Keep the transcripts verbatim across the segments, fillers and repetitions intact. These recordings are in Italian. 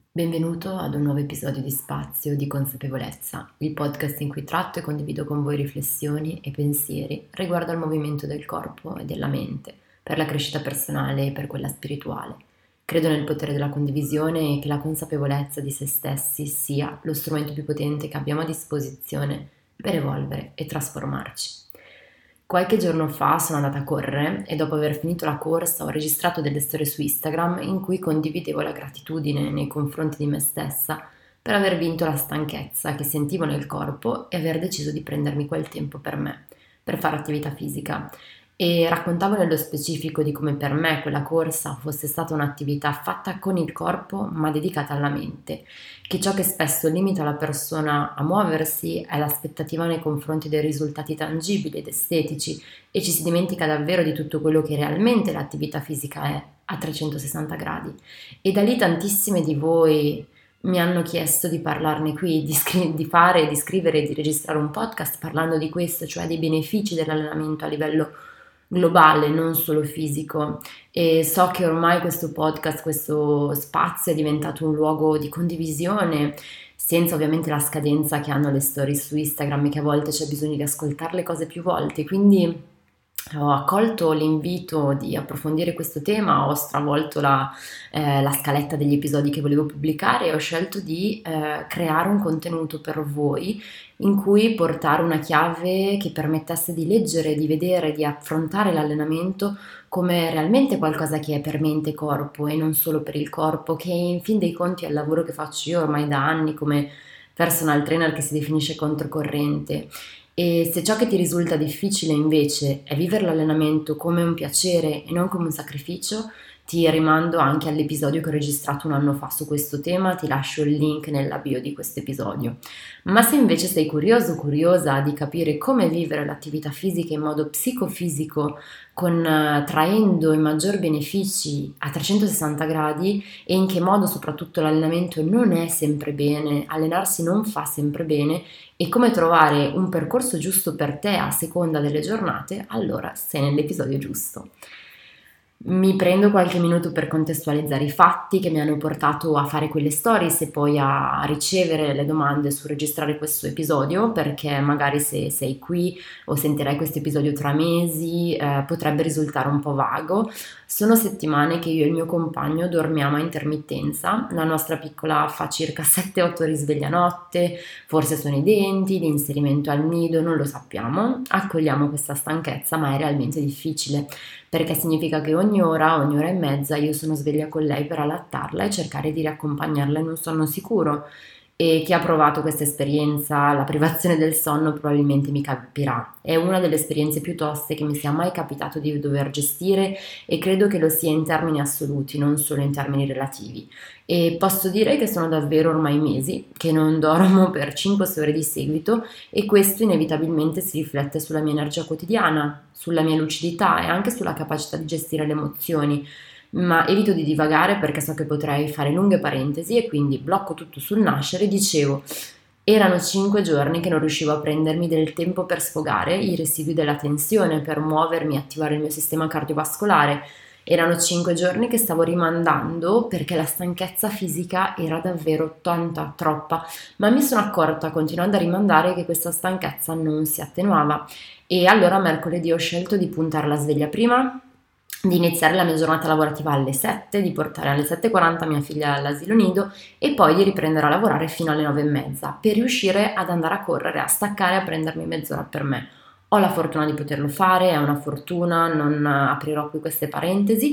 Benvenuto ad un nuovo episodio di Spazio di Consapevolezza, il podcast in cui tratto e condivido con voi riflessioni e pensieri riguardo al movimento del corpo e della mente, per la crescita personale e per quella spirituale. Credo nel potere della condivisione e che la consapevolezza di se stessi sia lo strumento più potente che abbiamo a disposizione per evolvere e trasformarci. Qualche giorno fa sono andata a correre e dopo aver finito la corsa ho registrato delle storie su Instagram in cui condividevo la gratitudine nei confronti di me stessa per aver vinto la stanchezza che sentivo nel corpo e aver deciso di prendermi quel tempo per me, per fare attività fisica. E raccontavo nello specifico di come per me quella corsa fosse stata un'attività fatta con il corpo ma dedicata alla mente, che ciò che spesso limita la persona a muoversi è l'aspettativa nei confronti dei risultati tangibili ed estetici e ci si dimentica davvero di tutto quello che realmente l'attività fisica è a trecentosessanta gradi. E da lì tantissime di voi mi hanno chiesto di parlarne qui, di, scri- di fare, di scrivere e di registrare un podcast parlando di questo, cioè dei benefici dell'allenamento a livello globale, non solo fisico. E so che ormai questo podcast, questo spazio è diventato un luogo di condivisione, senza ovviamente la scadenza che hanno le storie su Instagram e che a volte c'è bisogno di ascoltare le cose più volte. Quindi ho accolto l'invito di approfondire questo tema, ho stravolto la, eh, la scaletta degli episodi che volevo pubblicare e ho scelto di eh, creare un contenuto per voi in cui portare una chiave che permettesse di leggere, di vedere, di affrontare l'allenamento come realmente qualcosa che è per mente e corpo e non solo per il corpo, che in fin dei conti è il lavoro che faccio io ormai da anni come personal trainer che si definisce controcorrente. E se ciò che ti risulta difficile invece è vivere l'allenamento come un piacere e non come un sacrificio, ti rimando anche all'episodio che ho registrato un anno fa su questo tema, ti lascio il link nella bio di questo episodio. Ma se invece sei curioso o curiosa di capire come vivere l'attività fisica in modo psicofisico, con, eh, traendo i maggiori benefici a trecentosessanta gradi e in che modo soprattutto l'allenamento non è sempre bene, allenarsi non fa sempre bene e come trovare un percorso giusto per te a seconda delle giornate, allora sei nell'episodio giusto. Mi prendo qualche minuto per contestualizzare i fatti che mi hanno portato a fare quelle stories e poi a ricevere le domande su registrare questo episodio, perché magari se sei qui o sentirai questo episodio tra mesi eh, potrebbe risultare un po' vago. Sono settimane che io e il mio compagno dormiamo a intermittenza, la nostra piccola fa circa sette otto risvegli a notte, forse sono i denti, l'inserimento al nido, non lo sappiamo, accogliamo questa stanchezza ma è realmente difficile perché significa che ogni ora, ogni ora e mezza io sono sveglia con lei per allattarla e cercare di riaccompagnarla in un sonno sicuro. E chi ha provato questa esperienza, la privazione del sonno, probabilmente mi capirà. È una delle esperienze più toste che mi sia mai capitato di dover gestire e credo che lo sia in termini assoluti, non solo in termini relativi. E posso dire che sono davvero ormai mesi che non dormo per cinque sei ore di seguito e questo inevitabilmente si riflette sulla mia energia quotidiana, sulla mia lucidità e anche sulla capacità di gestire le emozioni, ma evito di divagare perché so che potrei fare lunghe parentesi e quindi blocco tutto sul nascere. Dicevo, erano cinque giorni che non riuscivo a prendermi del tempo per sfogare i residui della tensione, per muovermi, attivare il mio sistema cardiovascolare. Erano cinque giorni che stavo rimandando perché la stanchezza fisica era davvero tanta, troppa, ma mi sono accorta continuando a rimandare che questa stanchezza non si attenuava e allora mercoledì ho scelto di puntare la sveglia prima, di iniziare la mia giornata lavorativa alle sette, di portare alle sette e quaranta mia figlia all'asilo nido e poi di riprendere a lavorare fino alle nove e mezza per riuscire ad andare a correre, a staccare, a prendermi mezz'ora per me. Ho la fortuna di poterlo fare, è una fortuna, non aprirò qui queste parentesi,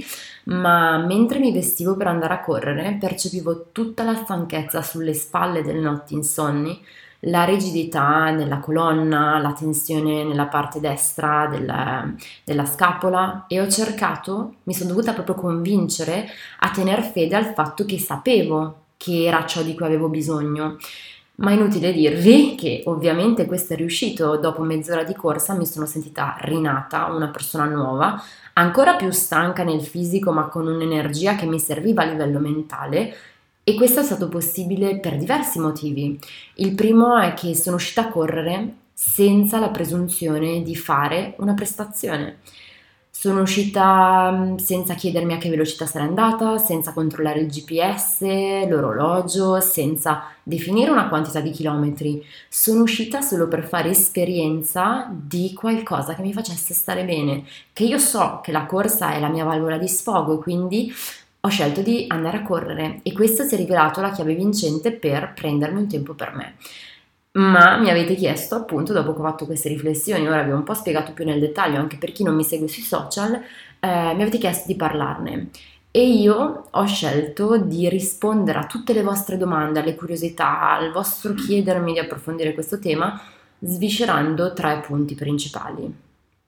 ma mentre mi vestivo per andare a correre percepivo tutta la stanchezza sulle spalle delle notti insonni, la rigidità nella colonna, la tensione nella parte destra della, della scapola e ho cercato, mi sono dovuta proprio convincere a tener fede al fatto che sapevo che era ciò di cui avevo bisogno. Ma è inutile dirvi che ovviamente questo è riuscito, dopo mezz'ora di corsa mi sono sentita rinata, una persona nuova, ancora più stanca nel fisico ma con un'energia che mi serviva a livello mentale e questo è stato possibile per diversi motivi. Il primo è che sono uscita a correre senza la presunzione di fare una prestazione. Sono uscita mm, senza chiedermi a che velocità sarei andata, senza controllare il G P S, l'orologio, senza definire una quantità di chilometri. Sono uscita solo per fare esperienza di qualcosa che mi facesse stare bene, che io so che la corsa è la mia valvola di sfogo e quindi ho scelto di andare a correre e questo si è rivelato la chiave vincente per prendermi un tempo per me. Ma mi avete chiesto appunto, dopo che ho fatto queste riflessioni, ora vi ho un po' spiegato più nel dettaglio, anche per chi non mi segue sui social, eh, mi avete chiesto di parlarne. E io ho scelto di rispondere a tutte le vostre domande, alle curiosità, al vostro chiedermi di approfondire questo tema, sviscerando tre punti principali.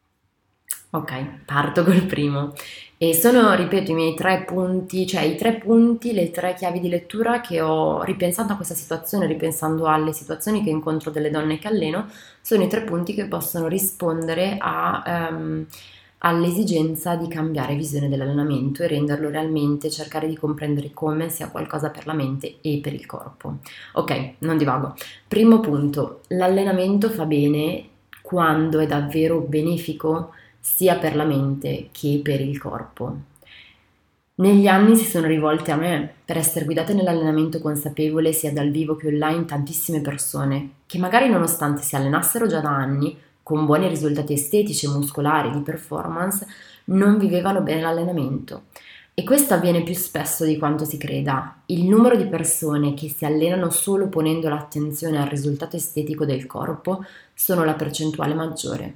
Ok, parto col primo. E sono, ripeto, i miei tre punti, cioè i tre punti, le tre chiavi di lettura che ho ripensato a questa situazione, ripensando alle situazioni che incontro delle donne che alleno, sono i tre punti che possono rispondere a, ehm, all'esigenza di cambiare visione dell'allenamento e renderlo realmente, cercare di comprendere come sia qualcosa per la mente e per il corpo. Ok, non divago. Primo punto, l'allenamento fa bene quando è davvero benefico sia per la mente che per il corpo. Negli anni si sono rivolte a me per essere guidate nell'allenamento consapevole sia dal vivo che online tantissime persone che magari nonostante si allenassero già da anni con buoni risultati estetici, muscolari, di performance, non vivevano bene l'allenamento. E questo avviene più spesso di quanto si creda. Il numero di persone che si allenano solo ponendo l'attenzione al risultato estetico del corpo sono la percentuale maggiore.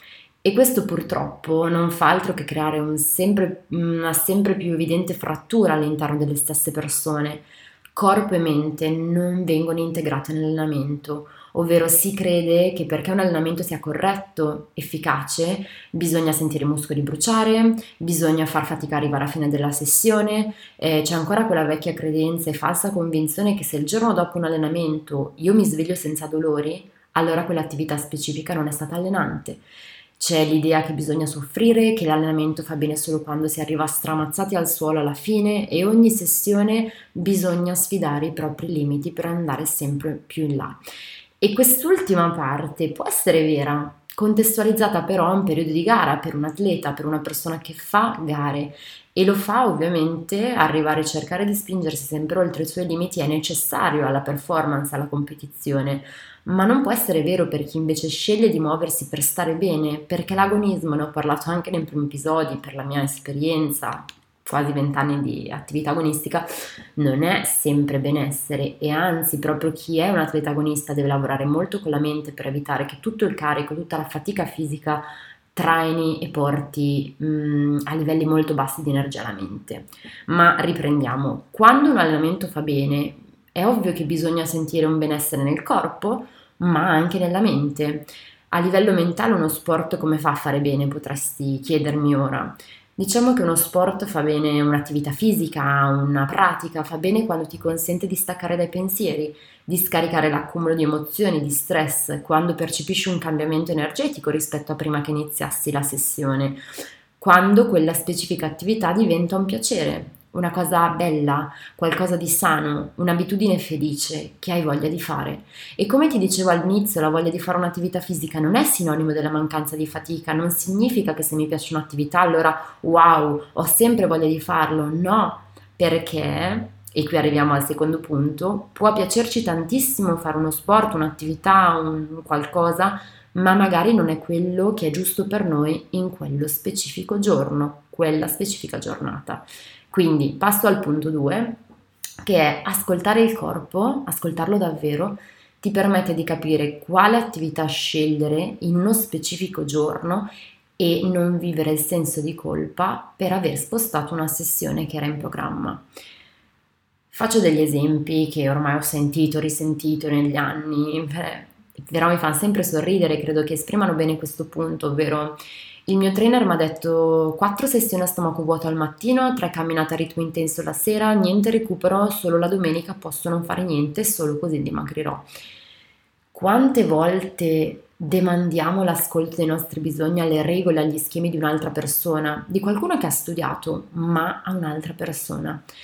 E questo purtroppo non fa altro che creare un sempre, una sempre più evidente frattura all'interno delle stesse persone. Corpo e mente non vengono integrate nell'allenamento, ovvero si crede che perché un allenamento sia corretto, efficace, bisogna sentire i muscoli bruciare, bisogna far fatica a arrivare a fine della sessione, eh, c'è ancora quella vecchia credenza e falsa convinzione che se il giorno dopo un allenamento io mi sveglio senza dolori, allora quell'attività specifica non è stata allenante. C'è l'idea che bisogna soffrire, che l'allenamento fa bene solo quando si arriva stramazzati al suolo alla fine e ogni sessione bisogna sfidare i propri limiti per andare sempre più in là. E quest'ultima parte può essere vera, contestualizzata però a un periodo di gara per un atleta, per una persona che fa gare e lo fa ovviamente arrivare a cercare di spingersi sempre oltre i suoi limiti è necessario alla performance, alla competizione, ma non può essere vero per chi invece sceglie di muoversi per stare bene, perché l'agonismo, ne ho parlato anche nei primi episodi per la mia esperienza, quasi vent'anni di attività agonistica, non è sempre benessere e anzi proprio chi è un atleta agonista deve lavorare molto con la mente per evitare che tutto il carico, tutta la fatica fisica traini e porti mh, a livelli molto bassi di energia alla mente. Ma riprendiamo, quando un allenamento fa bene è ovvio che bisogna sentire un benessere nel corpo, ma anche nella mente. A livello mentale uno sport come fa a fare bene, potresti chiedermi ora. Diciamo che uno sport fa bene un'attività fisica, una pratica, fa bene quando ti consente di staccare dai pensieri, di scaricare l'accumulo di emozioni, di stress, quando percepisci un cambiamento energetico rispetto a prima che iniziassi la sessione, quando quella specifica attività diventa un piacere, una cosa bella, qualcosa di sano, un'abitudine felice che hai voglia di fare. E come ti dicevo all'inizio, la voglia di fare un'attività fisica non è sinonimo della mancanza di fatica, non significa che se mi piace un'attività allora wow, ho sempre voglia di farlo, no, perché, e qui arriviamo al secondo punto, può piacerci tantissimo fare uno sport, un'attività, un qualcosa, ma magari non è quello che è giusto per noi in quello specifico giorno, quella specifica giornata. Quindi passo al punto due, che è ascoltare il corpo, ascoltarlo davvero, ti permette di capire quale attività scegliere in uno specifico giorno e non vivere il senso di colpa per aver spostato una sessione che era in programma. Faccio degli esempi che ormai ho sentito, risentito negli anni, però mi fanno sempre sorridere, credo che esprimano bene questo punto, ovvero il mio trainer mi ha detto quattro sessioni a stomaco vuoto al mattino, tre camminate a ritmo intenso la sera, niente recupero, solo la domenica posso non fare niente, solo così dimagrirò. Quante volte demandiamo l'ascolto dei nostri bisogni alle regole, agli schemi di un'altra persona, di qualcuno che ha studiato, ma a un'altra persona?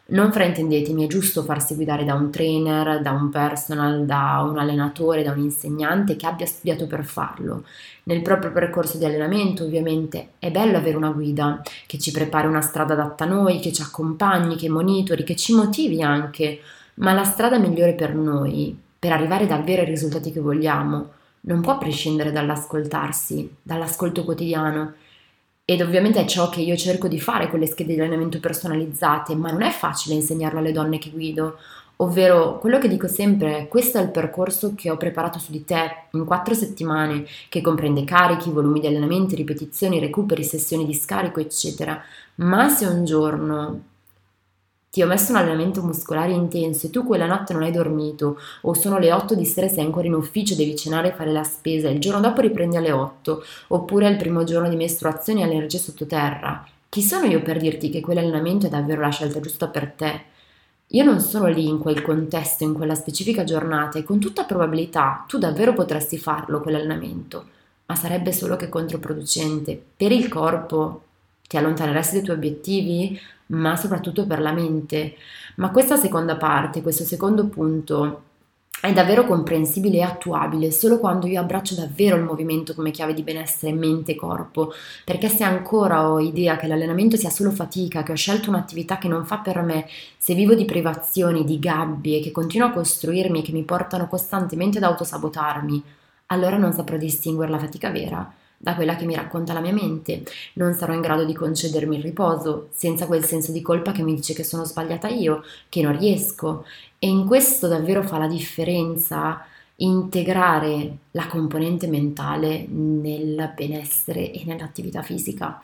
Non fraintendetemi, è giusto farsi guidare da un trainer, da un personal, da un allenatore, da un insegnante che abbia studiato per farlo. Nel proprio percorso di allenamento, ovviamente, è bello avere una guida che ci prepari una strada adatta a noi, che ci accompagni, che monitori, che ci motivi anche, ma la strada migliore per noi, per arrivare davvero ai risultati che vogliamo, non può prescindere dall'ascoltarsi, dall'ascolto quotidiano. Ed ovviamente è ciò che io cerco di fare con le schede di allenamento personalizzate, ma non è facile insegnarlo alle donne che guido. Ovvero, quello che dico sempre è: questo è il percorso che ho preparato su di te in quattro settimane, che comprende carichi, volumi di allenamenti, ripetizioni, recuperi, sessioni di scarico, eccetera. Ma se un giorno ti ho messo un allenamento muscolare intenso e tu quella notte non hai dormito, o sono le otto di sera e sei ancora in ufficio, devi cenare e fare la spesa, e il giorno dopo riprendi alle otto, oppure è il primo giorno di mestruazione e allergie sottoterra, chi sono io per dirti che quell'allenamento è davvero la scelta giusta per te? Io non sono lì in quel contesto, in quella specifica giornata, e con tutta probabilità tu davvero potresti farlo quell'allenamento, ma sarebbe solo che controproducente. Per il corpo ti allontaneresti dai tuoi obiettivi, ma soprattutto per la mente. Ma questa seconda parte, questo secondo punto, è davvero comprensibile e attuabile solo quando io abbraccio davvero il movimento come chiave di benessere mente e corpo, perché se ancora ho idea che l'allenamento sia solo fatica, che ho scelto un'attività che non fa per me, se vivo di privazioni, di gabbie che continuo a costruirmi e che mi portano costantemente ad autosabotarmi, allora non saprò distinguere la fatica vera da quella che mi racconta la mia mente. Non sarò in grado di concedermi il riposo senza quel senso di colpa che mi dice che sono sbagliata io, che non riesco. E in questo davvero fa la differenza integrare la componente mentale nel benessere e nell'attività fisica.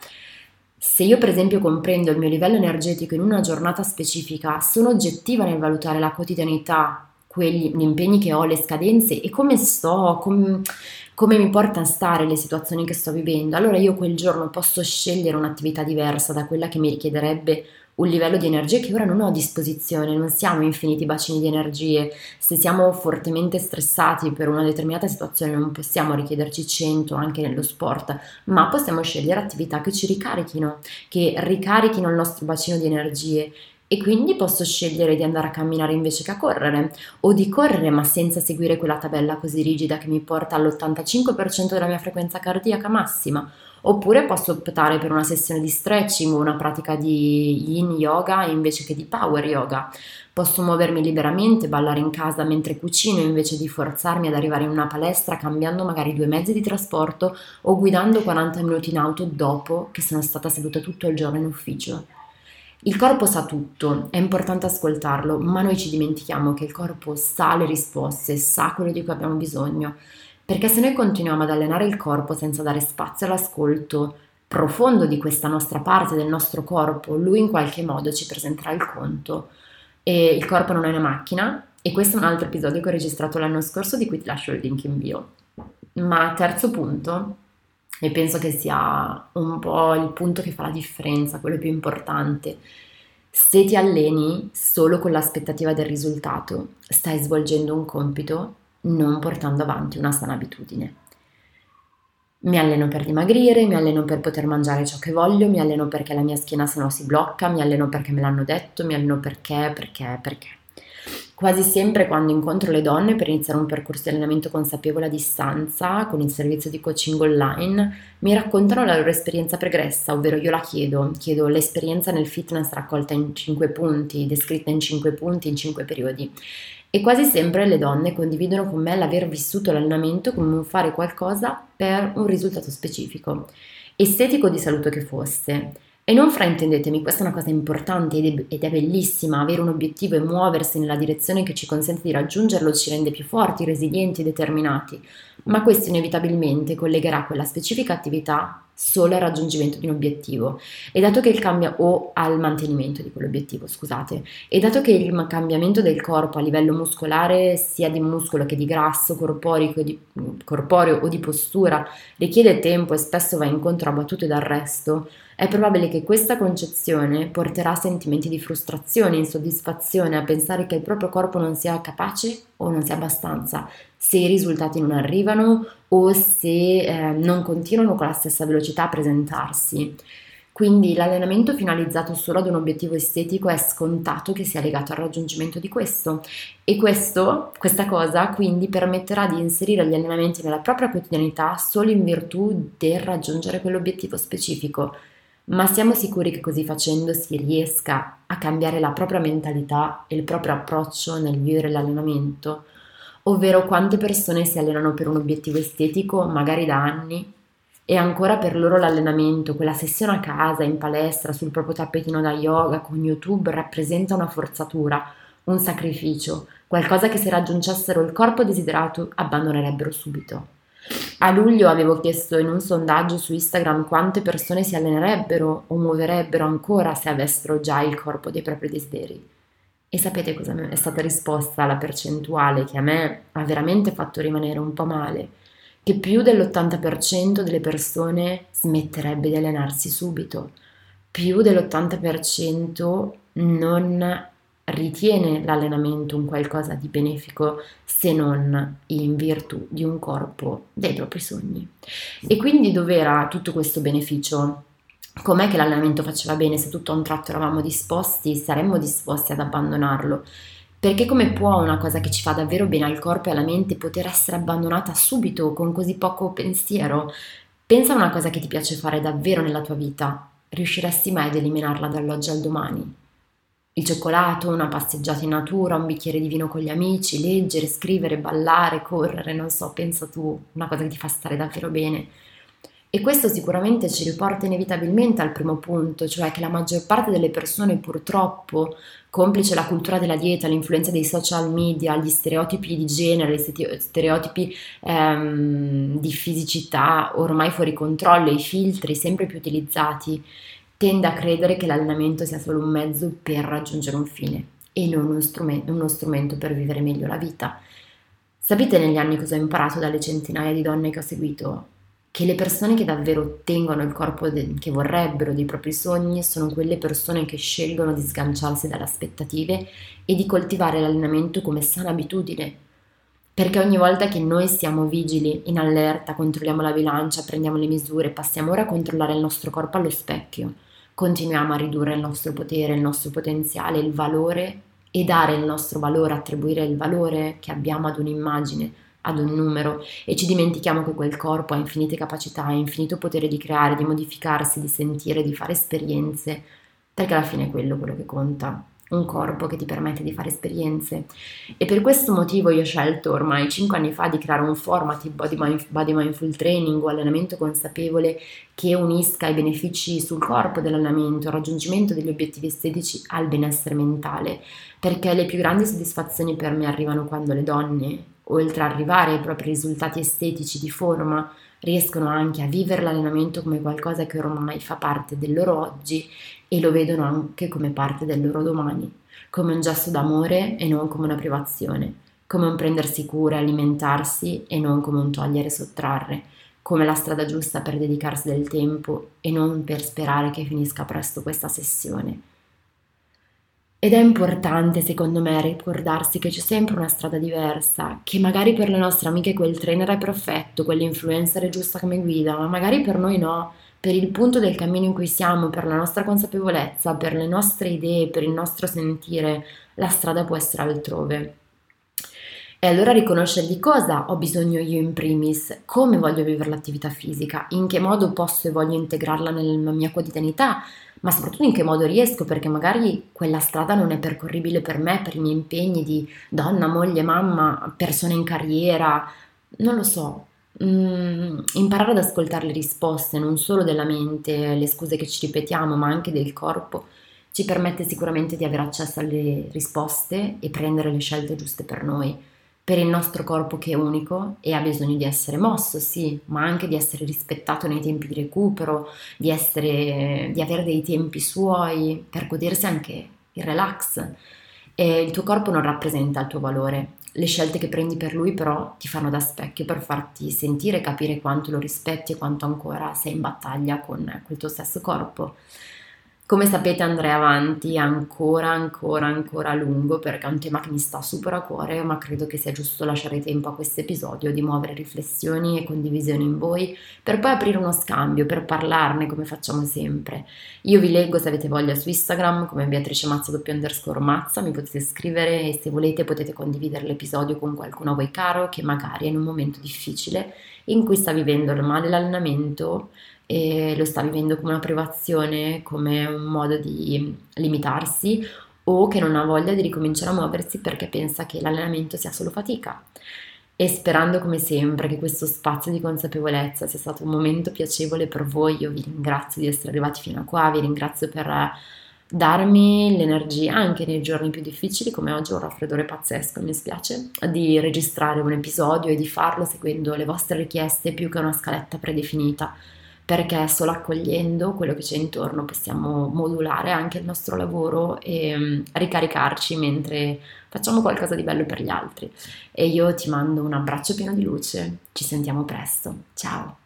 Se io per esempio comprendo il mio livello energetico in una giornata specifica, sono oggettiva nel valutare la quotidianità, quegli, gli impegni che ho, le scadenze e come sto, com- come mi porta a stare le situazioni che sto vivendo, allora io quel giorno posso scegliere un'attività diversa da quella che mi richiederebbe un livello di energie che ora non ho a disposizione. Non siamo infiniti bacini di energie. Se siamo fortemente stressati per una determinata situazione non possiamo richiederci cento anche nello sport, ma possiamo scegliere attività che ci ricarichino, che ricarichino il nostro bacino di energie. E quindi posso scegliere di andare a camminare invece che a correre, o di correre ma senza seguire quella tabella così rigida che mi porta all'ottantacinque per cento della mia frequenza cardiaca massima. Oppure posso optare per una sessione di stretching o una pratica di yin yoga invece che di power yoga. Posso muovermi liberamente, ballare in casa mentre cucino invece di forzarmi ad arrivare in una palestra cambiando magari due mezzi di trasporto o guidando quaranta minuti in auto dopo che sono stata seduta tutto il giorno in ufficio. Il corpo sa tutto, è importante ascoltarlo, ma noi ci dimentichiamo che il corpo sa le risposte, sa quello di cui abbiamo bisogno, perché se noi continuiamo ad allenare il corpo senza dare spazio all'ascolto profondo di questa nostra parte del nostro corpo, lui in qualche modo ci presenterà il conto. E il corpo non è una macchina, e questo è un altro episodio che ho registrato l'anno scorso di cui ti lascio il link in bio. Ma terzo punto, e penso che sia un po' il punto che fa la differenza, quello più importante: se ti alleni solo con l'aspettativa del risultato, stai svolgendo un compito, non portando avanti una sana abitudine. Mi alleno per dimagrire, mi alleno per poter mangiare ciò che voglio, mi alleno perché la mia schiena se no si blocca, mi alleno perché me l'hanno detto, mi alleno perché, perché, perché. Quasi sempre quando incontro le donne per iniziare un percorso di allenamento consapevole a distanza con il servizio di coaching online, mi raccontano la loro esperienza pregressa, ovvero io la chiedo, chiedo l'esperienza nel fitness raccolta in cinque punti, descritta in cinque punti, in cinque periodi. E quasi sempre le donne condividono con me l'aver vissuto l'allenamento come un fare qualcosa per un risultato specifico, estetico o di salute che fosse. E non fraintendetemi, questa è una cosa importante ed è, ed è bellissima. Avere un obiettivo e muoversi nella direzione che ci consente di raggiungerlo ci rende più forti, resilienti e determinati, ma questo inevitabilmente collegherà quella specifica attività solo al raggiungimento di un obiettivo e dato che il cambia o al mantenimento di quell'obiettivo, scusate, e dato che il cambiamento del corpo a livello muscolare, sia di muscolo che di grasso corporeo, di, corporeo o di postura, richiede tempo e spesso va incontro a battute d'arresto, è probabile che questa concezione porterà a sentimenti di frustrazione, insoddisfazione, a pensare che il proprio corpo non sia capace o non sia abbastanza, se i risultati non arrivano o se eh, non continuano con la stessa velocità a presentarsi. Quindi l'allenamento finalizzato solo ad un obiettivo estetico è scontato che sia legato al raggiungimento di questo e questo, questa cosa quindi permetterà di inserire gli allenamenti nella propria quotidianità solo in virtù del raggiungere quell'obiettivo specifico. Ma siamo sicuri che così facendo si riesca a cambiare la propria mentalità e il proprio approccio nel vivere l'allenamento? Ovvero quante persone si allenano per un obiettivo estetico, magari da anni, e ancora per loro l'allenamento, quella sessione a casa, in palestra, sul proprio tappetino da yoga, con YouTube, rappresenta una forzatura, un sacrificio, qualcosa che se raggiungessero il corpo desiderato abbandonerebbero subito. A luglio avevo chiesto in un sondaggio su Instagram quante persone si allenerebbero o muoverebbero ancora se avessero già il corpo dei propri desideri. E sapete cosa mi è stata risposta? La percentuale che a me ha veramente fatto rimanere un po' male, che più dell'ottanta per cento delle persone smetterebbe di allenarsi subito, più dell'ottanta per cento non ritiene l'allenamento un qualcosa di benefico se non in virtù di un corpo dei propri sogni. E quindi dov'era tutto questo beneficio? Com'è che l'allenamento faceva bene se tutto a un tratto eravamo disposti, saremmo disposti ad abbandonarlo? Perché come può una cosa che ci fa davvero bene al corpo e alla mente poter essere abbandonata subito con così poco pensiero? Pensa a una cosa che ti piace fare davvero nella tua vita. Riusciresti mai ad eliminarla dall'oggi al domani? Il cioccolato, una passeggiata in natura, un bicchiere di vino con gli amici, leggere, scrivere, ballare, correre, non so, pensa tu, una cosa che ti fa stare davvero bene. E questo sicuramente ci riporta inevitabilmente al primo punto, cioè che la maggior parte delle persone purtroppo, complice la cultura della dieta, l'influenza dei social media, gli stereotipi di genere, gli stereotipi ehm, di fisicità ormai fuori controllo, i filtri sempre più utilizzati, tende a credere che l'allenamento sia solo un mezzo per raggiungere un fine e non uno strumento, uno strumento per vivere meglio la vita. Sapete negli anni cosa ho imparato dalle centinaia di donne che ho seguito? Che le persone che davvero ottengono il corpo de- che vorrebbero dei propri sogni sono quelle persone che scelgono di sganciarsi dalle aspettative e di coltivare l'allenamento come sana abitudine. Perché ogni volta che noi siamo vigili, in allerta, controlliamo la bilancia, prendiamo le misure, passiamo ora a controllare il nostro corpo allo specchio, continuiamo a ridurre il nostro potere, il nostro potenziale, il valore e dare il nostro valore, attribuire il valore che abbiamo ad un'immagine, ad un numero e ci dimentichiamo che quel corpo ha infinite capacità, ha infinito potere di creare, di modificarsi, di sentire, di fare esperienze, perché alla fine è quello quello che conta, un corpo che ti permette di fare esperienze. E per questo motivo io ho scelto ormai cinque anni fa di creare un format di body, mind, body mindful training o allenamento consapevole che unisca i benefici sul corpo dell'allenamento, il raggiungimento degli obiettivi estetici al benessere mentale, perché le più grandi soddisfazioni per me arrivano quando le donne, oltre ad arrivare ai propri risultati estetici di forma, riescono anche a vivere l'allenamento come qualcosa che ormai fa parte del loro oggi e lo vedono anche come parte del loro domani, come un gesto d'amore e non come una privazione, come un prendersi cura e alimentarsi e non come un togliere e sottrarre, come la strada giusta per dedicarsi del tempo e non per sperare che finisca presto questa sessione. Ed è importante, secondo me, ricordarsi che c'è sempre una strada diversa, che magari per le nostre amiche quel trainer è perfetto, quell'influencer è giusta come guida, ma magari per noi no, per il punto del cammino in cui siamo, per la nostra consapevolezza, per le nostre idee, per il nostro sentire, la strada può essere altrove. E allora riconoscere di cosa ho bisogno io in primis, come voglio vivere l'attività fisica, in che modo posso e voglio integrarla nella mia quotidianità, ma soprattutto in che modo riesco, perché magari quella strada non è percorribile per me, per i miei impegni di donna, moglie, mamma, persona in carriera, non lo so. Mm, imparare ad ascoltare le risposte, non solo della mente, le scuse che ci ripetiamo, ma anche del corpo, ci permette sicuramente di avere accesso alle risposte e prendere le scelte giuste per noi, per il nostro corpo che è unico e ha bisogno di essere mosso, sì, ma anche di essere rispettato nei tempi di recupero, di essere, di avere dei tempi suoi, per godersi anche il relax. E il tuo corpo non rappresenta il tuo valore. Le scelte che prendi per lui però ti fanno da specchio per farti sentire e capire quanto lo rispetti e quanto ancora sei in battaglia con quel tuo stesso corpo. Come sapete andrei avanti ancora, ancora, ancora a lungo perché è un tema che mi sta super a cuore, ma credo che sia giusto lasciare tempo a questo episodio di muovere riflessioni e condivisioni in voi per poi aprire uno scambio, per parlarne come facciamo sempre. Io vi leggo se avete voglia su Instagram come Beatrice Mazza doppio underscore Mazza, mi potete scrivere e se volete potete condividere l'episodio con qualcuno a voi caro che magari è in un momento difficile in cui sta vivendo il male dell'allenamento e lo sta vivendo come una privazione, come un modo di limitarsi o che non ha voglia di ricominciare a muoversi perché pensa che l'allenamento sia solo fatica. E sperando come sempre che questo spazio di consapevolezza sia stato un momento piacevole per voi, io vi ringrazio di essere arrivati fino a qua, vi ringrazio per darmi l'energia anche nei giorni più difficili come oggi ho un raffreddore pazzesco, mi spiace, di registrare un episodio e di farlo seguendo le vostre richieste più che una scaletta predefinita, perché solo accogliendo quello che c'è intorno possiamo modulare anche il nostro lavoro e um, ricaricarci mentre facciamo qualcosa di bello per gli altri. E io ti mando un abbraccio pieno di luce, ci sentiamo presto, ciao!